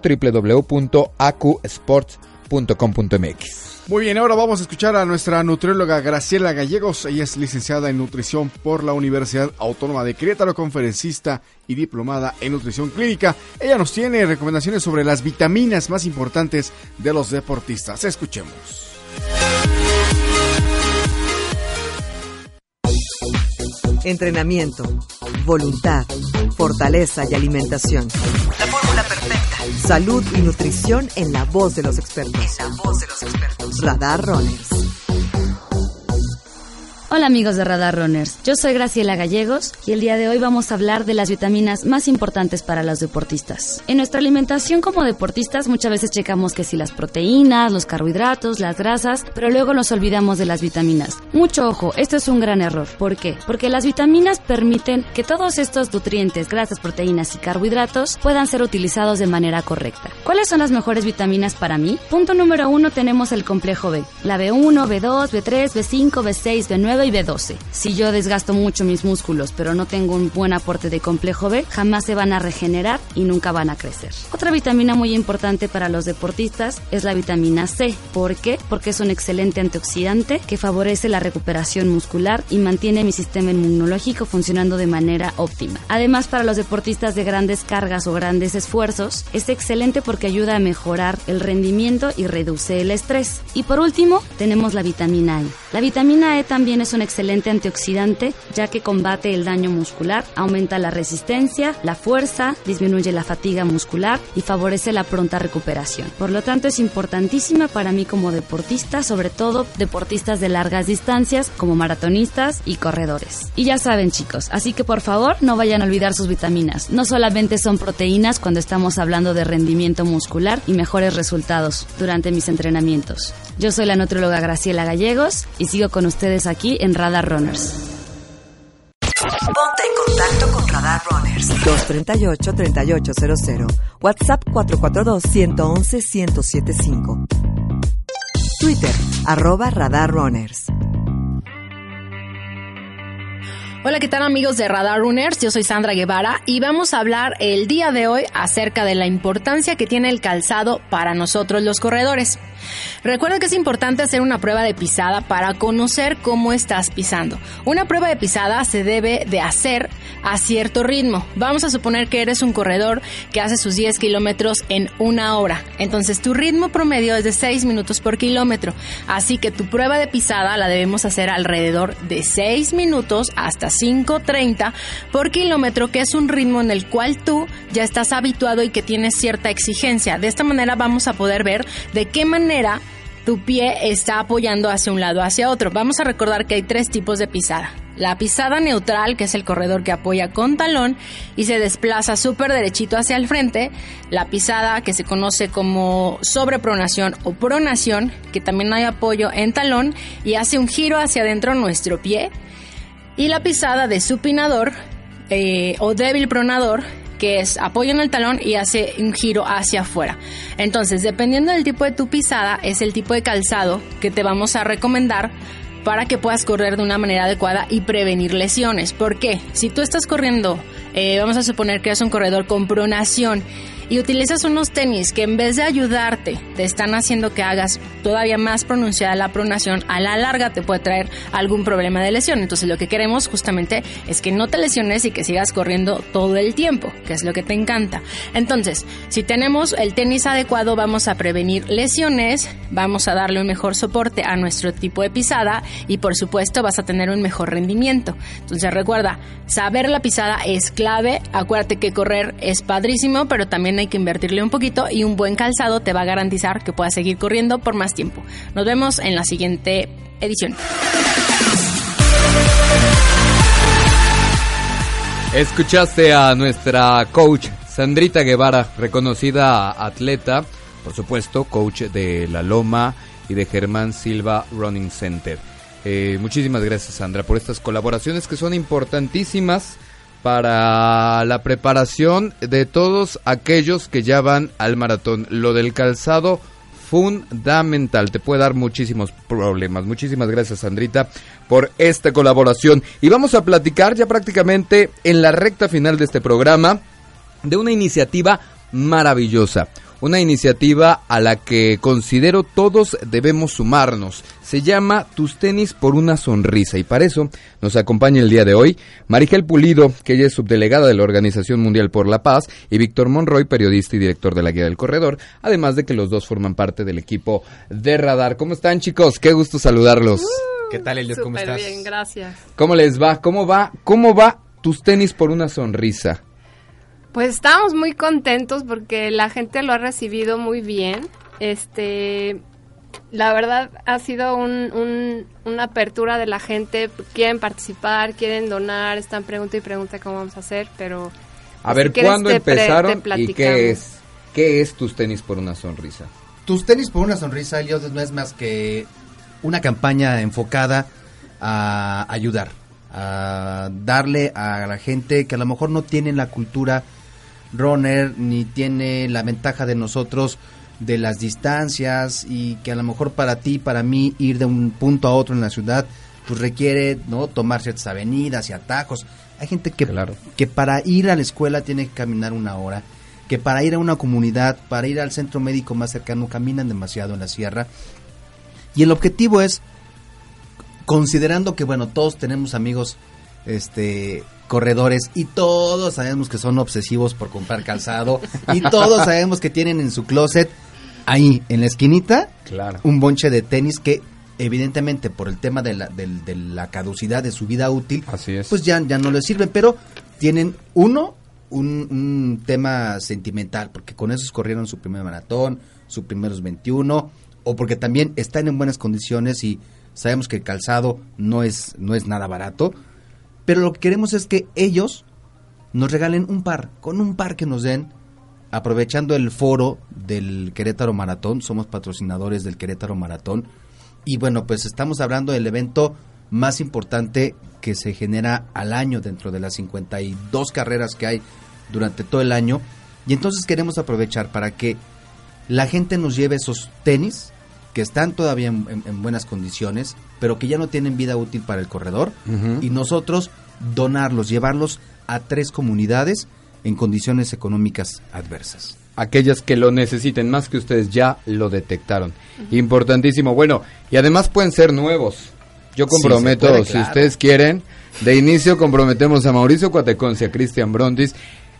[SPEAKER 3] www.acusports.com.mx.
[SPEAKER 2] Muy bien, ahora vamos a escuchar a nuestra nutrióloga Graciela Gallegos. Ella es licenciada en nutrición por la Universidad Autónoma de Querétaro, conferencista y diplomada en nutrición clínica. Ella nos tiene recomendaciones sobre las vitaminas más importantes de los deportistas. Escuchemos.
[SPEAKER 1] Entrenamiento, voluntad, fortaleza y alimentación. La fórmula perfecta. Salud y nutrición en la voz de los expertos. Radar Runners.
[SPEAKER 8] Hola amigos de Radar Runners, yo soy Graciela Gallegos y el día de hoy vamos a hablar de las vitaminas más importantes para los deportistas. En nuestra alimentación como deportistas muchas veces checamos que si las proteínas, los carbohidratos, las grasas, pero luego nos olvidamos de las vitaminas. Mucho ojo, esto es un gran error. ¿Por qué? Porque las vitaminas permiten que todos estos nutrientes, grasas, proteínas y carbohidratos puedan ser utilizados de manera correcta. ¿Cuáles son las mejores vitaminas para mí? Punto número 1, tenemos el complejo B. La B1, B2, B3, B5, B6, B9 y B12. Si yo desgasto mucho mis músculos pero no tengo un buen aporte de complejo B, jamás se van a regenerar y nunca van a crecer. Otra vitamina muy importante para los deportistas es la vitamina C. ¿Por qué? Porque es un excelente antioxidante que favorece la recuperación muscular y mantiene mi sistema inmunológico funcionando de manera óptima. Además, para los deportistas de grandes cargas o grandes esfuerzos, es excelente porque ayuda a mejorar el rendimiento y reduce el estrés. Y por último, tenemos la vitamina E. La vitamina E también es un excelente antioxidante, ya que combate el daño muscular, aumenta la resistencia, la fuerza, disminuye la fatiga muscular y favorece la pronta recuperación. Por lo tanto, es importantísima para mí como deportista, sobre todo deportistas de largas distancias como maratonistas y corredores. Y ya saben, chicos, así que por favor no vayan a olvidar sus vitaminas. No solamente son proteínas cuando estamos hablando de rendimiento muscular y mejores resultados durante mis entrenamientos. Yo soy la nutrióloga Graciela Gallegos y sigo con ustedes aquí en Radar Runners.
[SPEAKER 1] Ponte en contacto con Radar Runners. 238-3800. WhatsApp 442-111-1075. Twitter, @Radar Runners.
[SPEAKER 9] Hola, ¿qué tal amigos de Radar Runners? Yo soy Sandra Guevara y vamos a hablar el día de hoy acerca de la importancia que tiene el calzado para nosotros los corredores. Recuerda que es importante hacer una prueba de pisada para conocer cómo estás pisando. Una prueba de pisada se debe de hacer a cierto ritmo. Vamos a suponer que eres un corredor que hace sus 10 kilómetros en 1 hora. Entonces tu ritmo promedio es de 6 minutos por kilómetro. Así que tu prueba de pisada la debemos hacer alrededor de 6 minutos hasta 5:30 por kilómetro, que es un ritmo en el cual tú ya estás habituado y que tienes cierta exigencia. De esta manera vamos a poder ver de qué manera tu pie está apoyando hacia un lado o hacia otro. Vamos a recordar que hay 3 tipos de pisada. La pisada neutral, que es el corredor que apoya con talón y se desplaza súper derechito hacia el frente. La pisada que se conoce como sobrepronación o pronación, que también hay apoyo en talón y hace un giro hacia adentro nuestro pie. Y la pisada de supinador o débil pronador, que es apoyo en el talón y hace un giro hacia afuera. Entonces, dependiendo del tipo de tu pisada, es el tipo de calzado que te vamos a recomendar para que puedas correr de una manera adecuada y prevenir lesiones. ¿Por qué? Si tú estás corriendo, vamos a suponer que eres un corredor con pronación y utilizas unos tenis que en vez de ayudarte te están haciendo que hagas todavía más pronunciada la pronación, a la larga te puede traer algún problema de lesión. Entonces lo que queremos justamente es que no te lesiones y que sigas corriendo todo el tiempo, que es lo que te encanta. Entonces, si tenemos el tenis adecuado, vamos a prevenir lesiones, vamos a darle un mejor soporte a nuestro tipo de pisada y por supuesto vas a tener un mejor rendimiento. Entonces recuerda, saber la pisada es clave. Acuérdate que correr es padrísimo, pero también hay que invertirle un poquito y un buen calzado te va a garantizar que puedas seguir corriendo por más tiempo. Nos vemos en la siguiente edición.
[SPEAKER 3] Escuchaste a nuestra coach Sandrita Guevara, reconocida atleta, por supuesto, coach de La Loma y de Germán Silva Running Center. Muchísimas gracias, Sandra, por estas colaboraciones que son importantísimas para la preparación de todos aquellos que ya van al maratón. Lo del calzado, fundamental, te puede dar muchísimos problemas. Muchísimas gracias, Sandrita, por esta colaboración. Y vamos a platicar ya prácticamente en la recta final de este programa de una iniciativa maravillosa. Una iniciativa a la que considero todos debemos sumarnos. Se llama Tus tenis por una sonrisa y para eso nos acompaña el día de hoy Marigel Pulido, que ella es subdelegada de la Organización Mundial por la Paz, y Víctor Monroy, periodista y director de la Guía del Corredor, además de que los dos forman parte del equipo de Radar. ¿Cómo están, chicos? Qué gusto saludarlos.
[SPEAKER 10] ¿Qué tal, Elias? ¿Cómo estás?
[SPEAKER 9] Súper bien, gracias.
[SPEAKER 3] ¿Cómo les va? ¿Cómo va Tus tenis por una sonrisa?
[SPEAKER 10] Pues estamos muy contentos porque la gente lo ha recibido muy bien. La verdad ha sido una apertura de la gente. Quieren participar, quieren donar, están pregunta y pregunta cómo vamos a hacer, pero...
[SPEAKER 3] A ver, ¿cuándo empezaron y qué es Tus tenis por una sonrisa?
[SPEAKER 11] Tus tenis por una sonrisa, Elios, no es más que una campaña enfocada a ayudar, a darle a la gente que a lo mejor no tiene la cultura runner, ni tiene la ventaja de nosotros de las distancias, y que a lo mejor para ti, para mí, ir de un punto a otro en la ciudad, pues requiere, ¿no?, tomar ciertas avenidas y atajos. Hay gente que, claro, que para ir a la escuela tiene que caminar 1 hora, que para ir a una comunidad, para ir al centro médico más cercano, caminan demasiado en la sierra. Y el objetivo es, considerando que, bueno, todos tenemos amigos corredores y todos sabemos que son obsesivos por comprar calzado y todos sabemos que tienen en su closet, ahí en la esquinita, claro, un bonche de tenis que evidentemente por el tema de la caducidad de su vida útil,
[SPEAKER 3] Así es.
[SPEAKER 11] pues ya no les sirven, pero tienen un tema sentimental, porque con esos corrieron su primer maratón, sus primeros 21, o porque también están en buenas condiciones y sabemos que el calzado no es nada barato, pero lo que queremos es que ellos nos regalen un par, con un par que nos den, aprovechando el foro del Querétaro Maratón, somos patrocinadores del Querétaro Maratón, y bueno, pues estamos hablando del evento más importante que se genera al año dentro de las 52 carreras que hay durante todo el año, y entonces queremos aprovechar para que la gente nos lleve esos tenis que están todavía en buenas condiciones, pero que ya no tienen vida útil para el corredor, y nosotros donarlos, llevarlos a 3 comunidades en condiciones económicas adversas.
[SPEAKER 3] Aquellas que lo necesiten más que ustedes ya lo detectaron. Importantísimo. Bueno, y además pueden ser nuevos. Yo comprometo,
[SPEAKER 11] Sí, se puede,
[SPEAKER 3] si
[SPEAKER 11] claro.
[SPEAKER 3] ustedes quieren, de inicio comprometemos a Mauricio Cuateconce, a Cristian Brontis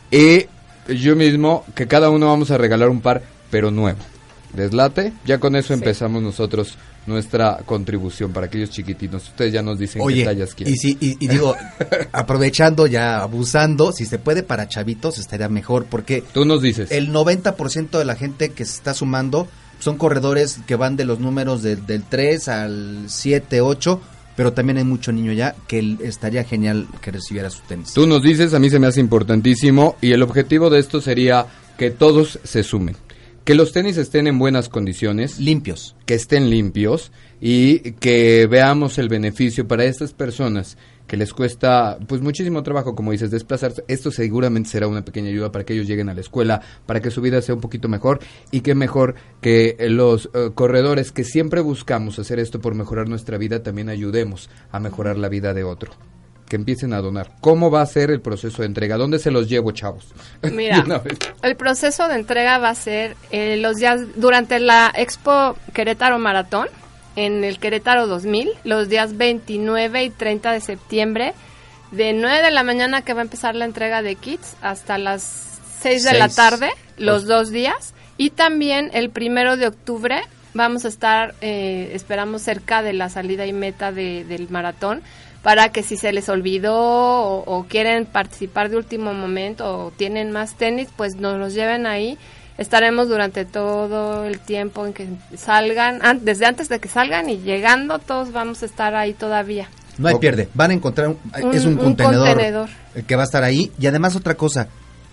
[SPEAKER 3] y yo mismo, que cada uno vamos a regalar un par, pero nuevo. ¿Les late? Ya con eso empezamos nosotros nuestra contribución para aquellos chiquititos. Ustedes ya nos dicen qué tallas quieren.
[SPEAKER 11] Y digo, aprovechando ya, abusando, si se puede para chavitos estaría mejor, porque
[SPEAKER 3] tú nos dices,
[SPEAKER 11] el 90% de la gente que se está sumando son corredores que van de los números del 3 al 7, 8, pero también hay mucho niño ya que estaría genial que recibiera su tenis.
[SPEAKER 3] Tú nos dices, a mí se me hace importantísimo y el objetivo de esto sería que todos se sumen. Que los tenis estén en buenas condiciones.
[SPEAKER 11] Limpios.
[SPEAKER 3] Que estén limpios y que veamos el beneficio para estas personas que les cuesta pues muchísimo trabajo, como dices, desplazarse. Esto seguramente será una pequeña ayuda para que ellos lleguen a la escuela, para que su vida sea un poquito mejor y que mejor que los corredores que siempre buscamos hacer esto por mejorar nuestra vida, también ayudemos a mejorar la vida de otro. Que empiecen a donar. ¿Cómo va a ser el proceso de entrega? ¿Dónde se los llevo, chavos?
[SPEAKER 10] Mira, el proceso de entrega va a ser los días durante la Expo Querétaro Maratón, en el Querétaro 2000, los días 29 y 30 de septiembre, de 9 de la mañana que va a empezar la entrega de kits hasta las 6 de la tarde, los 2 días, y también el 1 de octubre vamos a estar, esperamos cerca de la salida y meta del maratón, para que si se les olvidó o quieren participar de último momento o tienen más tenis, pues nos los lleven ahí. Estaremos durante todo el tiempo en que salgan, desde antes de que salgan y llegando, todos vamos a estar ahí todavía.
[SPEAKER 11] No hay pierde, van a encontrar, es un contenedor que va a estar ahí. Y además otra cosa,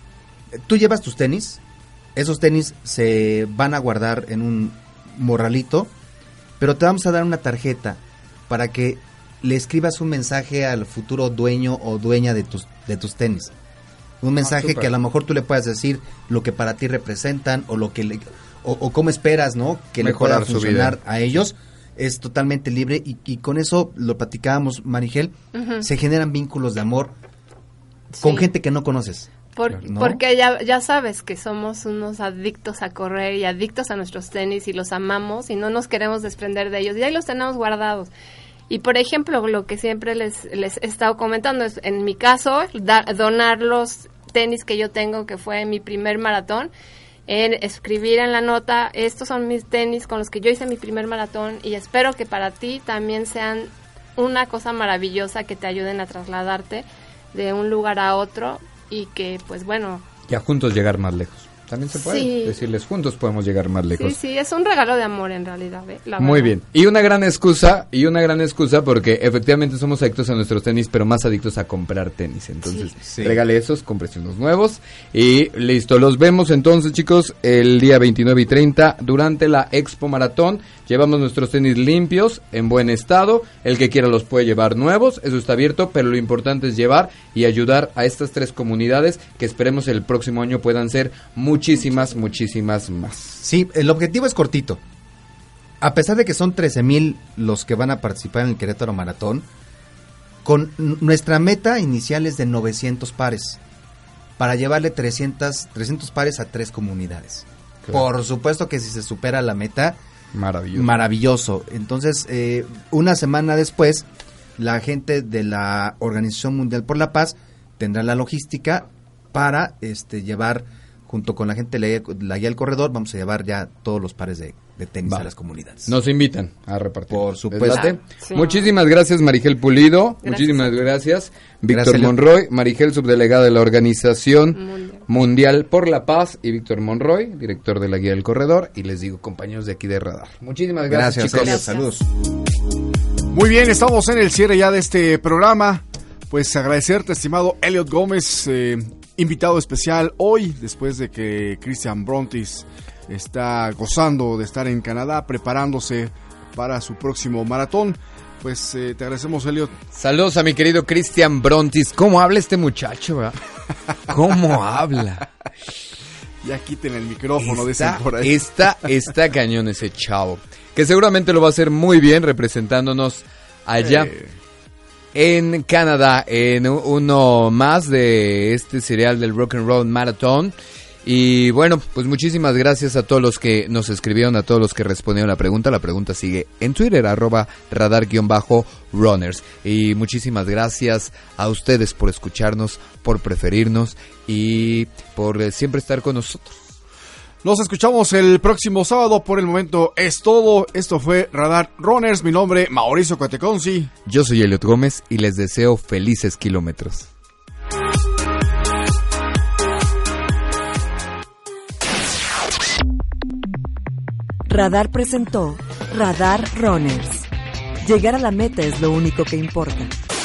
[SPEAKER 11] tú llevas tus tenis, esos tenis se van a guardar en un morralito, pero te vamos a dar una tarjeta para que le escribas un mensaje al futuro dueño o dueña de tus tenis. Un mensaje que a lo mejor tú le puedas decir lo que para ti representan o lo que o cómo esperas, ¿no? Que mejorar le pueda funcionar a ellos. Es totalmente libre y con eso lo platicábamos, Marigel, se generan vínculos de amor con gente que no conoces. ¿no?
[SPEAKER 10] Porque ya sabes que somos unos adictos a correr y adictos a nuestros tenis y los amamos y no nos queremos desprender de ellos y ahí los tenemos guardados. Y por ejemplo, lo que siempre les he estado comentando es, en mi caso, donar los tenis que yo tengo, que fue mi primer maratón, escribir en la nota, estos son mis tenis con los que yo hice mi primer maratón y espero que para ti también sean una cosa maravillosa, que te ayuden a trasladarte de un lugar a otro y que, pues bueno...
[SPEAKER 3] Y a juntos llegar más lejos. También se puede decirles, juntos podemos llegar más lejos.
[SPEAKER 10] Sí, es un regalo de amor en realidad.
[SPEAKER 3] Muy bien. Y una gran excusa porque efectivamente somos adictos a nuestros tenis, pero más adictos a comprar tenis. Entonces, regale esos, cómprese unos nuevos y listo. Los vemos entonces, chicos, el día 29 y 30 durante la Expo Maratón. Llevamos nuestros tenis limpios, en buen estado. El que quiera los puede llevar nuevos, eso está abierto, pero lo importante es llevar y ayudar a estas 3 comunidades que esperemos el próximo año puedan ser muchísimas más.
[SPEAKER 11] Sí, el objetivo es cortito. A pesar de que son 13,000 los que van a participar en el Querétaro Maratón, con nuestra meta inicial es de 900 pares, para llevarle 300 pares a 3 comunidades. Claro. Por supuesto que si se supera la meta, maravilloso. Entonces, una semana después, la gente de la Organización Mundial por la Paz tendrá la logística para llevar, junto con la gente de la guía del corredor, vamos a llevar ya todos los pares de de tenis
[SPEAKER 3] Va.
[SPEAKER 11] a las comunidades.
[SPEAKER 3] Nos invitan a repartir.
[SPEAKER 11] Por supuesto.
[SPEAKER 3] ¿Les late?
[SPEAKER 10] Sí.
[SPEAKER 3] Muchísimas gracias, Marigel Pulido.
[SPEAKER 10] Gracias.
[SPEAKER 3] Muchísimas gracias. Víctor
[SPEAKER 11] Gracias, Leo.
[SPEAKER 3] Monroy, Marigel, subdelegada de la Organización Mundial por la Paz, y Víctor Monroy, director de la Guía del Corredor. Y les digo, compañeros de aquí de Radar. Muchísimas gracias, chicos.
[SPEAKER 11] Elliot. Saludos.
[SPEAKER 2] Muy bien, estamos en el cierre ya de este programa. Pues agradecerte, estimado Elliot Gómez, invitado especial hoy, después de que Christian Brontis está gozando de estar en Canadá, preparándose para su próximo maratón. Pues te agradecemos, Elliot.
[SPEAKER 3] Saludos a mi querido Christian Brontis. ¿Cómo habla este muchacho, verdad? ¿Cómo habla?
[SPEAKER 2] Ya quiten el micrófono, dicen por ahí.
[SPEAKER 3] Está cañón ese chavo. Que seguramente lo va a hacer muy bien representándonos allá en Canadá, en uno más de este serial del Rock and Roll Marathon. Y bueno, pues muchísimas gracias a todos los que nos escribieron, a todos los que respondieron la pregunta. La pregunta sigue en Twitter, @radar_runners. Y muchísimas gracias a ustedes por escucharnos, por preferirnos y por siempre estar con nosotros.
[SPEAKER 2] Nos escuchamos el próximo sábado. Por el momento es todo. Esto fue Radar Runners. Mi nombre, Mauricio Cuateconci.
[SPEAKER 3] Yo soy Elliot Gómez y les deseo felices kilómetros.
[SPEAKER 1] Radar presentó Radar Runners. Llegar a la meta es lo único que importa.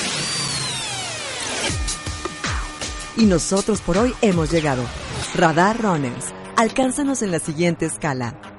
[SPEAKER 1] Y nosotros por hoy hemos llegado. Radar Runners. Alcánzanos en la siguiente escala.